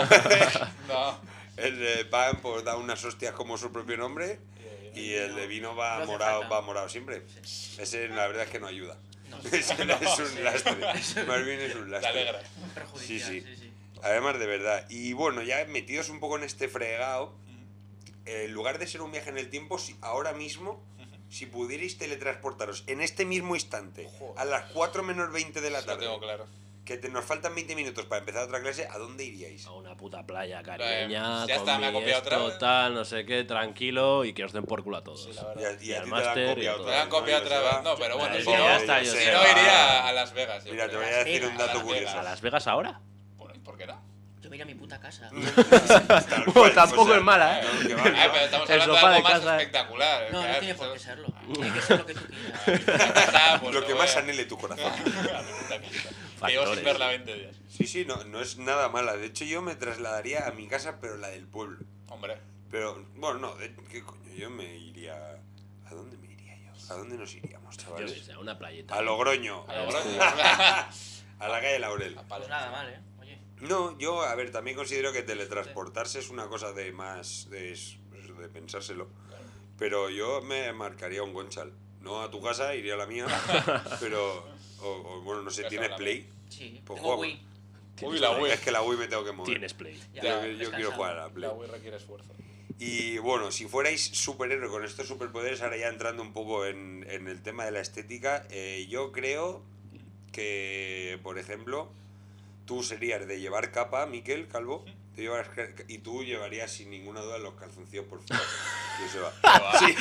No. El de Pan pues da unas hostias como su propio nombre. Y el de Vino va No hace morado, falta. va morado siempre. Ese la verdad es que no ayuda. No, Ese es un lastre. Más bien es un Te lastre. alegra. perjudicial, Sí, sí, sí. sí. Además, de verdad. Y bueno, ya metidos un poco en este fregado, en lugar de ser un viaje en el tiempo, si ahora mismo, si pudierais teletransportaros en este mismo instante, Joder. a las cuatro menos veinte de la Lo tarde, tengo claro. que te, nos faltan veinte minutos para empezar otra clase, ¿a dónde iríais? A una puta playa caribeña, Ya con está, me ha mi copiado otra esto, vez. tal, no sé qué, tranquilo, y que os den por culo a todos. Sí, la verdad. Y a, y Y a al ti te la han máster y copiado a todo. Me han copiado ¿no? otra Joseba? vez. No, pero bueno, Vale, si ya no, está, si Joseba. no iría a Las Vegas. yo Mira, te creo. voy a decir un Vegas. dato Las curioso. Vegas. ¿A Las Vegas ahora? Bueno, ¿y por qué no? Yo me iré a mi puta casa. Tal cual, Tampoco o sea, es mala, ¿eh? no, que va, Eh, que va. pero estamos El hablando de sofá algo de más casa. espectacular. No, no claro, tiene por qué eso- serlo. Tiene que ser lo que tú quieras. Ah, pues Lo que voy más a- anhele tu corazón. a mi puta casa. Llevo Factores. sin verla veinte días. Sí, sí, no, no es nada mala. De hecho, yo me trasladaría a mi casa, pero la del pueblo. Hombre, Pero, bueno, no, de- ¿qué coño? Yo me iría... ¿A dónde me iría yo? ¿A dónde nos iríamos, Yo qué chavales? sé, a una playita. A Logroño. a lo Logroño. A la calle Laurel. A Pues palo. nada mal, ¿eh? Oye. No, yo, a ver, también considero que teletransportarse es una cosa de más... de, de pensárselo. Pero yo me marcaría un Gonchal. No a tu casa, iría a la mía. Pero, o, o, bueno, no sé, Casa ¿tienes a la Play? Sí. Pues Tengo juega. Wii. Uy, la Wii. Es que la Wii me tengo que mover. Tienes play. Ya, Yo, yo descansado. quiero jugar a la Play. La Wii requiere esfuerzo. Y bueno, si fuerais superhéroe con estos superpoderes, ahora ya entrando un poco en, en el tema de la estética, eh, yo creo que, por ejemplo, tú serías de llevar capa, Miquel, Calvo, te llevas ca- y tú llevarías sin ninguna duda los calzoncillos por fuera. Y eso va. Sí,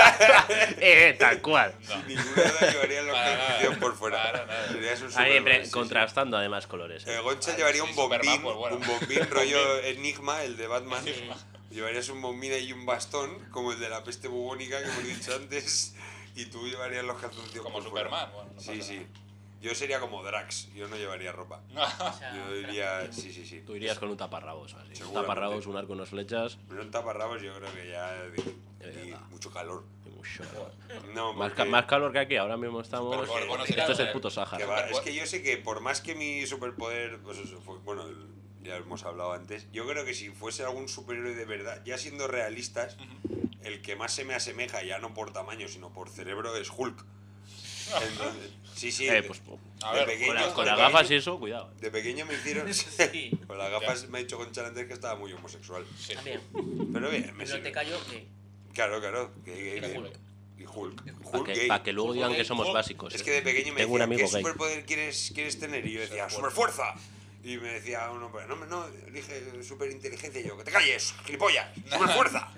Eh, tal cual. sin ninguna duda llevarías los Para nada. calzoncillos por fuera. Para nada. Serías un Ahí, superhéroe, pre- sí, sí. contrastando además colores. Eh, ¿eh? Goncha Ah, llevaría sí, un bombín, Superman, pues bueno. un bombín rollo Enigma, el de Batman. Enigma. Llevarías un bombín y un bastón, como el de la peste bubónica que hemos dicho antes, y tú llevarías los calzoncillos Como por fuera. Superman. Bueno, no Sí, pasa sí. Yo sería como Drax, yo no llevaría ropa. nada. O sea, Yo iría, sí, sí, sí. Tú irías con un taparrabos o así. Un Seguramente. taparrabos, un arco, unas flechas. Pero en taparrabos yo creo que ya di, di verdad. mucho calor. y mucho- No, Más, porque- ca- más calor que aquí, ahora mismo estamos. Superpoder, bueno, sería Esto es el el- puto que Sáhara. va, Superpoder. es que yo sé que por más que mi superpoder, pues eso fue, bueno, el- ya hemos hablado antes, yo creo que si fuese algún superhéroe de verdad, ya siendo realistas, el que más se me asemeja, ya no por tamaño, sino por cerebro, es Hulk. Entonces, sí, sí. Eh, de- pues, A de ver, pequeño, con, la- con de las pequeño- gafas y eso, cuidado. De pequeño me hicieron. Sí. Con las gafas me ha dicho Concha antes que estaba muy homosexual. Sí. También. Pero bien, me sirve. Bibliotecario, ¿qué? Claro, claro. Que, que- Y que- Hulk. y Hulk. Para Hulk que, gay. pa' que luego Hulk digan gay, que somos Hulk. básicos. Es ¿eh? que de pequeño me Tengo un decían, amigo ¿qué gay. superpoder quieres, quieres tener? Y yo decía, Superfuerza. ¡superfuerza! Y me decía uno, pero no, no, elige superinteligencia. Y yo, ¡que te calles, gilipollas! ¡Superfuerza!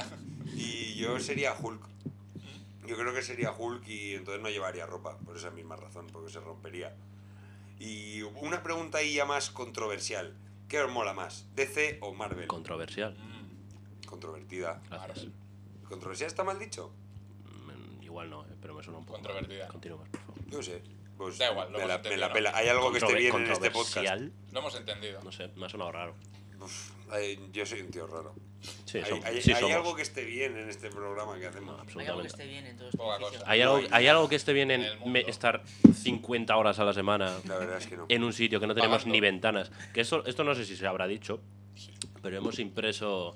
Y yo sería Hulk. Yo creo que sería Hulk y entonces no llevaría ropa, por esa misma razón, porque se rompería. Y una pregunta ahí ya más controversial. ¿Qué os mola más, D C o Marvel? Controversial. Mm, Controvertida. Gracias. ¿Controversial está mal dicho? Mm, Igual no, eh, pero me suena un poco. Controvertida. Continúa, por favor. No sé. Pues Da igual, lo me hemos la, me entendido, la ¿no? pela. ¿Hay algo que esté Controver- bien en este podcast? controversial, Lo hemos entendido. No sé, me ha sonado raro. Uf, ay, yo soy un tío raro. Sí, ¿Hay, somos. hay- sí hay somos. algo que esté bien en este programa que No, hacemos? Hay algo que absolutamente. esté bien en todo este Poca edificio. cosa. ¿Hay algo, No, ¿Hay algo que esté bien en, en el mundo. me- estar cincuenta horas a la semana La verdad es que no. en un sitio que no tenemos Pagando. ni ventanas? Que esto, esto no sé si se habrá dicho, pero hemos impreso...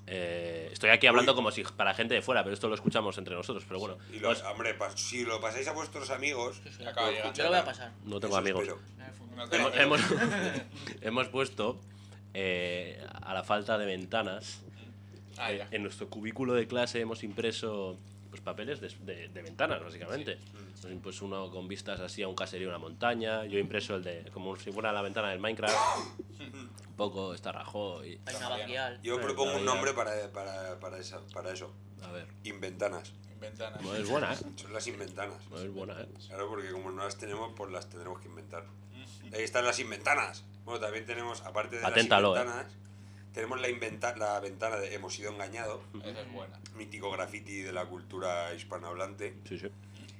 eh, estoy aquí hablando Uy. como si para gente de fuera, pero esto lo escuchamos entre nosotros. Pero bueno, Y lo- pues, hombre, pa- si lo pasáis a vuestros amigos, Sí, sí. Acaba de llegar. Yo lo voy a pasar. no tengo eso amigos. espero. En el fondo. No Hemos, tengo- hemos, hemos puesto eh, a la falta de ventanas Ah, ya. en nuestro cubículo de clase hemos impreso pues papeles de, de- de ventanas básicamente. Pues, pues uno con vistas así a un caserío, una montaña. Yo he impreso el de como si fuera la ventana del Minecraft. Un poco está Rajoy. Hay una vacial. Yo Eh, propongo un ya. nombre para, para, para, esa- para eso. A ver, Inventanas. Ventanas. no es buena, ¿eh? Son las inventanas. No es buena, ¿eh? Claro, porque como no las tenemos, pues las tendremos que inventar. Ahí están las inventanas. Bueno, también tenemos, aparte de Paténtalo, las inventanas, tenemos la, inventa la ventana de Hemos sido engañados, Esa es buena. mítico graffiti de la cultura hispanohablante. Sí, sí.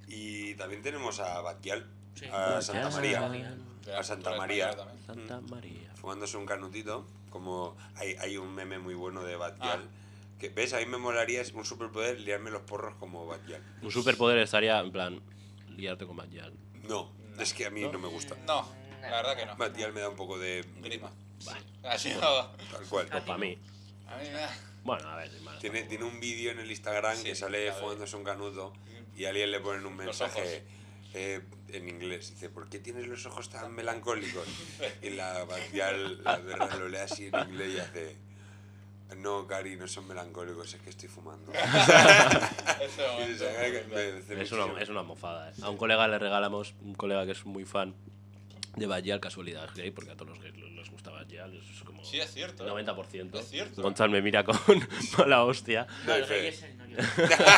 Y también tenemos a Batguial, Sí. a Santa Batguial. María, De la a Santa cultura María, española también. Santa María. fumándose un canutito. Como hay, hay un meme muy bueno de Batguial. Ah. Que, ¿ves? A mí me molaría un superpoder liarme los porros como Batguial. Un superpoder estaría en plan liarte con Batguial. No, es que a mí no me gusta. No, la verdad que no. Batguial me da un poco de Grima. Vale. Ha sido. tal cual. Pues para mí. A mí me da. Bueno, a ver, sin más. Tiene, tiene un vídeo en el Instagram Sí, que sale ya veo. fumándose un canuto y a alguien le ponen un Los mensaje eh, en inglés. Dice, ¿por qué tienes los ojos tan melancólicos? Y la Batguial la verdad, lo lee así en inglés y hace, no, Cari, no son melancólicos, es que estoy fumando. Ese Y momento. se- me- me hace Es muchísimo. una, es una mofada, ¿eh? A un colega le regalamos, un colega que es muy fan, de Bajal, casualidad gay, porque a todos los gays les gusta Bajal, es como Sí, es cierto. ¿eh? noventa por ciento. Es cierto. Gonzalo me mira con mala hostia. No, el Fe. rey es el novio.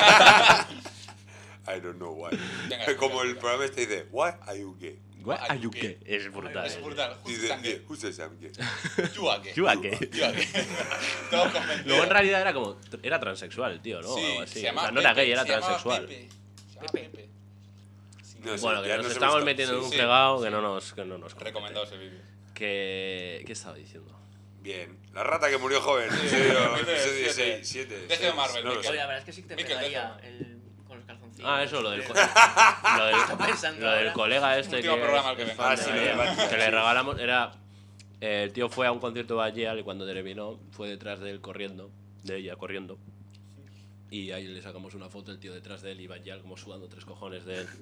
I don't know why. Venga, Como el explica. programa este dice, why are you gay? What Are are you you gay? gay? Es brutal. Es brutal. Dice, Justo dice, who says I'm gay? You are gay. You are gay. You are gay. Todos convencidos. Luego en realidad era como era transexual el tío, ¿no? Sí, O algo así. se O llamaba sea, no era Pepe, gay, era se llamaba transexual. Pepe. Se llamaba Pepe. No sé, Bueno, que ya nos nos estamos hemos- metiendo en sí, un sí. fregado que Sí. no nos que no nos compete. Recomendado ese vídeo. Que ¿qué estaba diciendo? Bien. La rata que murió joven. Episodio Siete. seis, siete. D C o Marvel, No lo Mikel. sé. Oye, la verdad es que sí que te Mikel, pegaría déjalo. el, con los calzoncillos. Ah, eso, lo del, co- Estoy lo del, pensando lo del ahora. colega este Último que, programa al es que fan venga. de Ah, sí, Bajal, lo de Bajal, que le sí. regalamos, era eh, el tío fue a un concierto de Bajal y cuando terminó fue detrás de él corriendo, de ella corriendo. Y ahí le sacamos una foto, el tío detrás de él y Bajal como sudando tres cojones de él.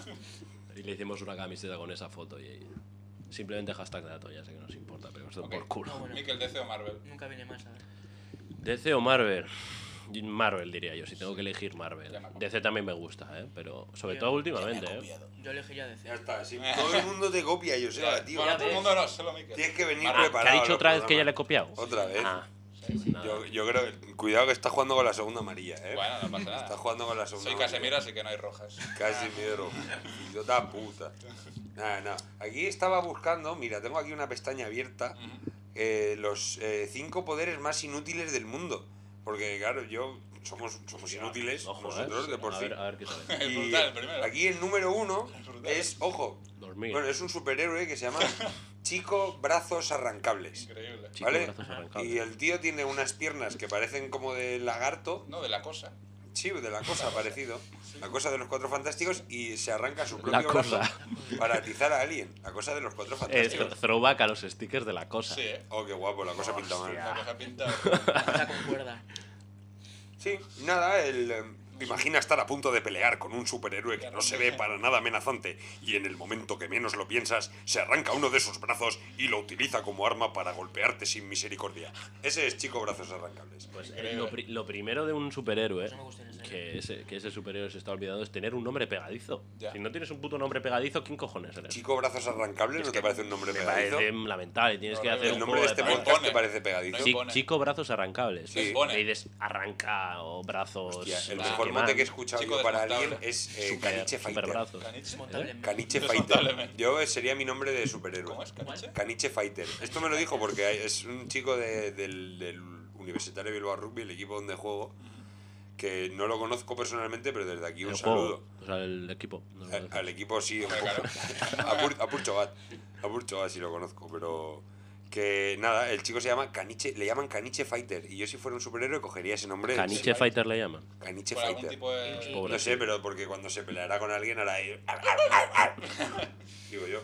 Y le hicimos una camiseta con esa foto y simplemente hashtag dato, ya sé que nos importa, pero esto Ok. por culo. No, bueno, Mikel, D C o Marvel. nunca viene más, a ver. D C o Marvel. Marvel diría yo, si tengo que elegir Marvel. Ya me acuerdo. D C también me gusta, ¿eh? Pero sobre Yo- todo últimamente, ¿eh? Yo elegiría D C. Ya está, sí. Todo el mundo te copia, Joseba, tío. Bueno, Ya todo el ves. mundo no, solo Mikel. Tienes que venir Marvel. Ah, ¿que preparado. ha a dicho los otra vez que ya le he programas. copiado? Otra vez. Ah, Sí, sí. nada. Yo, yo creo que. Cuidado que está jugando con la segunda amarilla, ¿eh? Bueno, no pasa Está nada. jugando con la segunda Soy amarilla. Casemiro, así que no hay rojas. Casimiro. Idiota puta. Nada, nada. Aquí estaba buscando, mira, tengo aquí una pestaña abierta. eh, los eh, cinco poderes más inútiles del mundo. Porque, claro, yo. Somos, somos inútiles Ojo, nosotros ¿eh? de por a sí. ver, a ver qué sale. Es Y brutal, el primero. aquí el número uno Es brutal. es, ojo, Dormir. bueno, es un superhéroe que se llama Chico Brazos Arrancables. Increíble. Chico, ¿Vale? brazos arrancables. Y el tío tiene unas piernas que parecen como de lagarto. No, de la cosa. Sí, de la cosa parecido. La cosa de los cuatro fantásticos y se arranca su La propio brazo cosa. para atizar a alguien. La cosa de los cuatro Eh, fantásticos. th- throwback a los stickers de la cosa. Sí, ¿eh? Oh, qué guapo, la cosa pinta mal. La cosa pinta. Está con cuerda. Sí, nada, el, eh, imagina estar a punto de pelear con un superhéroe que no se ve para nada amenazante y en el momento que menos lo piensas, se arranca uno de sus brazos y lo utiliza como arma para golpearte sin misericordia. Ese es Chico Brazos Arrancables. Pues eh, lo, pri- lo primero de un superhéroe, Eso me gusta, en serio. que ese, que ese superhéroe se está olvidando, es tener un nombre pegadizo. Ya. Si no tienes un puto nombre pegadizo, ¿quién cojones eres? Chico Brazos Arrancables, Es ¿no que te parece un nombre Me pegadizo? parece lamentable, tienes que No, hacer El un nombre de juego este de podcast impone. te parece pegadizo. No Chi- impone. Chico brazos arrancables. Sí. Impone. Y dices arranca o brazos. Hostia, el no sé mejor qué mote más. que he escuchado Chico yo para desmontable. alguien es eh, Super- Caniche Fighter. superbrazos. Caniche. Desmontablemente. Caniche Fighter. Desmontablemente. Yo eh, sería mi nombre de superhéroe. ¿Cómo es, Caniche? Caniche Fighter. Esto me lo dijo porque hay- es un chico de- del, del Universitario de Bilbao Rugby, el equipo donde juego, que no lo conozco personalmente, pero desde aquí un El saludo. juego, o sea, el equipo. No lo Al, conoces. al equipo sí, un Claro. poco. A, Pur, a Purchogat. A Purchogat sí lo conozco, pero que nada, el chico se llama Caniche, le llaman Caniche Fighter y yo si fuera un superhéroe cogería ese nombre. Caniche Fighter le llaman. Caniche Por algún Fighter. tipo de. Pobre. No sé, pero porque cuando se peleará con alguien hará ahí. Digo yo.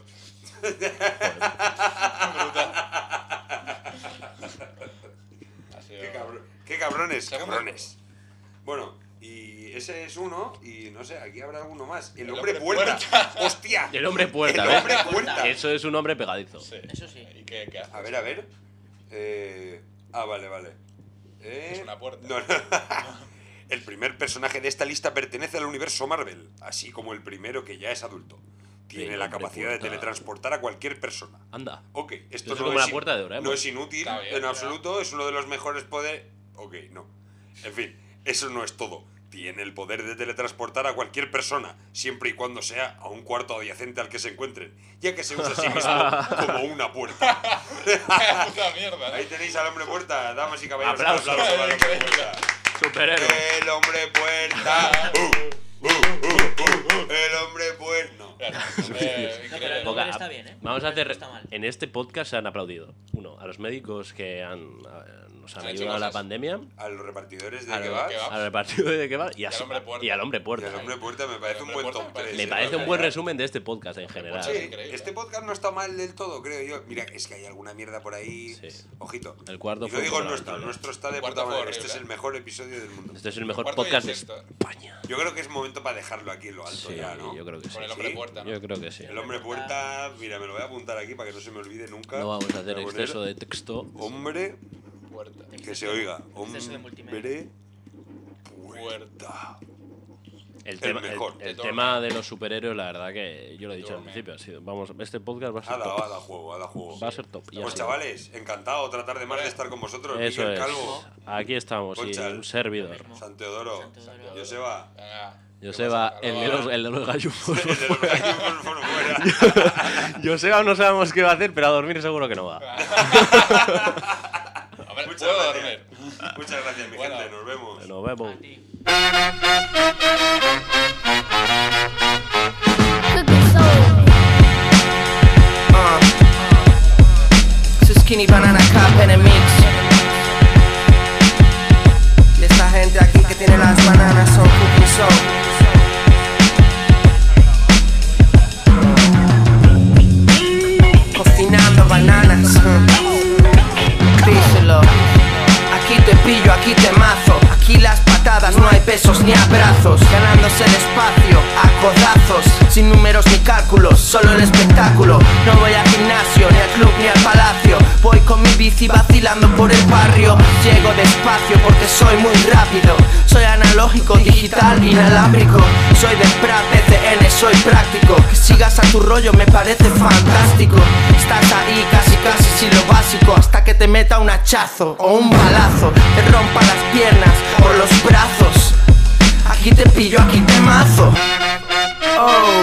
Ha sido- Qué, cabro- qué cabrones, Segundo. cabrones. Bueno, y ese es uno, y no sé, aquí habrá alguno más. El, El hombre, hombre puerta. puerta. ¡Hostia! El hombre puerta, El ¿ves? hombre puerta. Eso es un hombre pegadizo. Sí. Eso sí. ¿Y qué, qué hace? A ver, a ver. Eh, ah, vale, vale. Eh, Es una puerta. No, no. El primer personaje de esta lista pertenece al universo Marvel, así como el primero que ya es adulto. Tiene El la hombre capacidad puerta. de teletransportar a cualquier persona. Anda. Ok, esto Eso es no como es, la in- puerta de Doraemon. no es inútil Está bien, en pero- absoluto, es uno de los mejores poderes. Ok, no. En fin, eso no es todo. Tiene el poder de teletransportar a cualquier persona, siempre y cuando sea a un cuarto adyacente al que se encuentren, ya que se usa a sí mismo como una puerta. Puta mierda, ¿no? Ahí tenéis al hombre puerta, damas y caballeros. Aplausos. un aplauso para el hombre puerta. Superhéroe. El hombre puerta. Uh, uh, uh, uh, el hombre puerta. No. Claro. Eh, No, pero el increíble. nombre está bien, ¿eh? Vamos a El hacer. nombre está mal. En este podcast se han aplaudido. Uno, a los médicos que han, a- nos han Han hecho ayudado a la cosas. pandemia. A los repartidores de Al, kebabs kebab. al repartido de kebab y, a- Y al hombre puerta. y al hombre y puerta. al hombre puerta me parece El un hombre buen puerta top me parece- tres. Me ¿eh? parece un La buen verdad. resumen de este podcast en general. Sí, increíble. este podcast no está mal del todo, creo yo. Mira, es que hay alguna mierda por ahí. Sí. Ojito. El cuarto y fue no digo un el poco nuestro, el lamentable. nuestro está de El puta cuarto fue madre. Este es horrible. el mejor episodio del mundo. Este es el mejor cuarto y el podcast de sexto. España. Yo creo que es momento para dejarlo aquí en lo alto Sí, ya, ¿no? yo creo que sí. Con el hombre Sí. puerta, ¿no? Yo creo que sí. El hombre puerta, mira, me lo voy a apuntar aquí para que no se me olvide nunca. No vamos a hacer Voy poner exceso de texto. Hombre, Puerta. que se oiga. Exceso de multimedia. Hombre Puerta. puerta. el, el tema, mejor. el, el De tema de los superhéroes, la verdad que yo lo he dicho al Dorme. principio. Ha sido, vamos, este podcast va a ser Ha dado, top. ha dado juego, ha dado juego. Va a ser top. y Pues así. chavales, encantado otra tarde más de estar con vosotros. Eso Miguel es. Calvo, Aquí estamos, y Concha, un servidor. San Teodoro, San Teodoro. Joseba. Venga. Joseba, el de los, el de los gallufos. El de los gallos por fuera. Joseba no sabemos qué va a hacer, pero a dormir seguro que no va. Hombre, Muchas puedo gracias. dormir. Muchas gracias, mi Bueno. gente. Nos vemos. Nos vemos. A ti. Cooking soul. Uh, it's a skinny banana cup en el mix. Y esta gente aquí que tiene las bananas son cooking soul. Cocinando bananas. uh. Díselo. Aquí te pillo, aquí te mazo. Aquí las patadas no hay besos ni abrazos. Ganándose el espacio a codazos. Sin números ni cálculos, solo el espectáculo. No voy al gimnasio, ni al club, ni al palacio. Voy con mi bici vacilando por el barrio. Llego despacio porque soy muy rápido. Soy analógico, digital, inalámbrico. Soy de Prat, P C N, soy práctico. Que sigas a tu rollo me parece fantástico. Estás ahí casi casi sin lo básico. Hasta que te meta un hachazo o un balazo. Te rompa las piernas o los brazos. Aquí te pillo, aquí te mazo. Oh.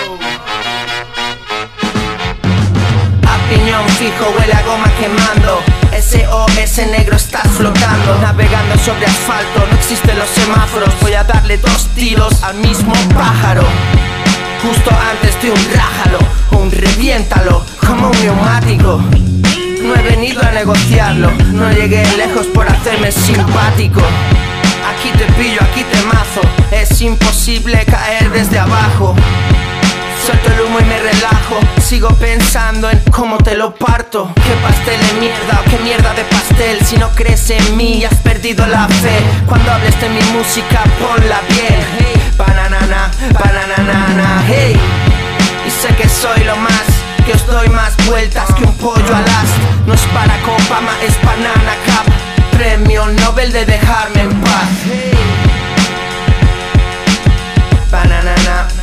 A piñón fijo huele a goma quemando. S O S negro estás flotando. Navegando sobre asfalto, no existen los semáforos. Voy a darle dos tiros al mismo pájaro. Justo antes de un rájalo, un reviéntalo como un neumático. No he venido a negociarlo, no llegué lejos por hacerme simpático. Aquí te pillo, aquí te mazo. Es imposible caer desde abajo. Suelto el humo y me relajo. Sigo pensando en cómo te lo parto. Qué pastel de mierda o qué mierda de pastel. Si no crees en mí has perdido la fe. Cuando hables de mi música ponla bien. Bananana, bananana, hey. Y sé que soy lo más, que os doy más vueltas que un pollo al as. No es para Obama, es Banana Cup. Premio Nobel de dejarme en paz. Bananana.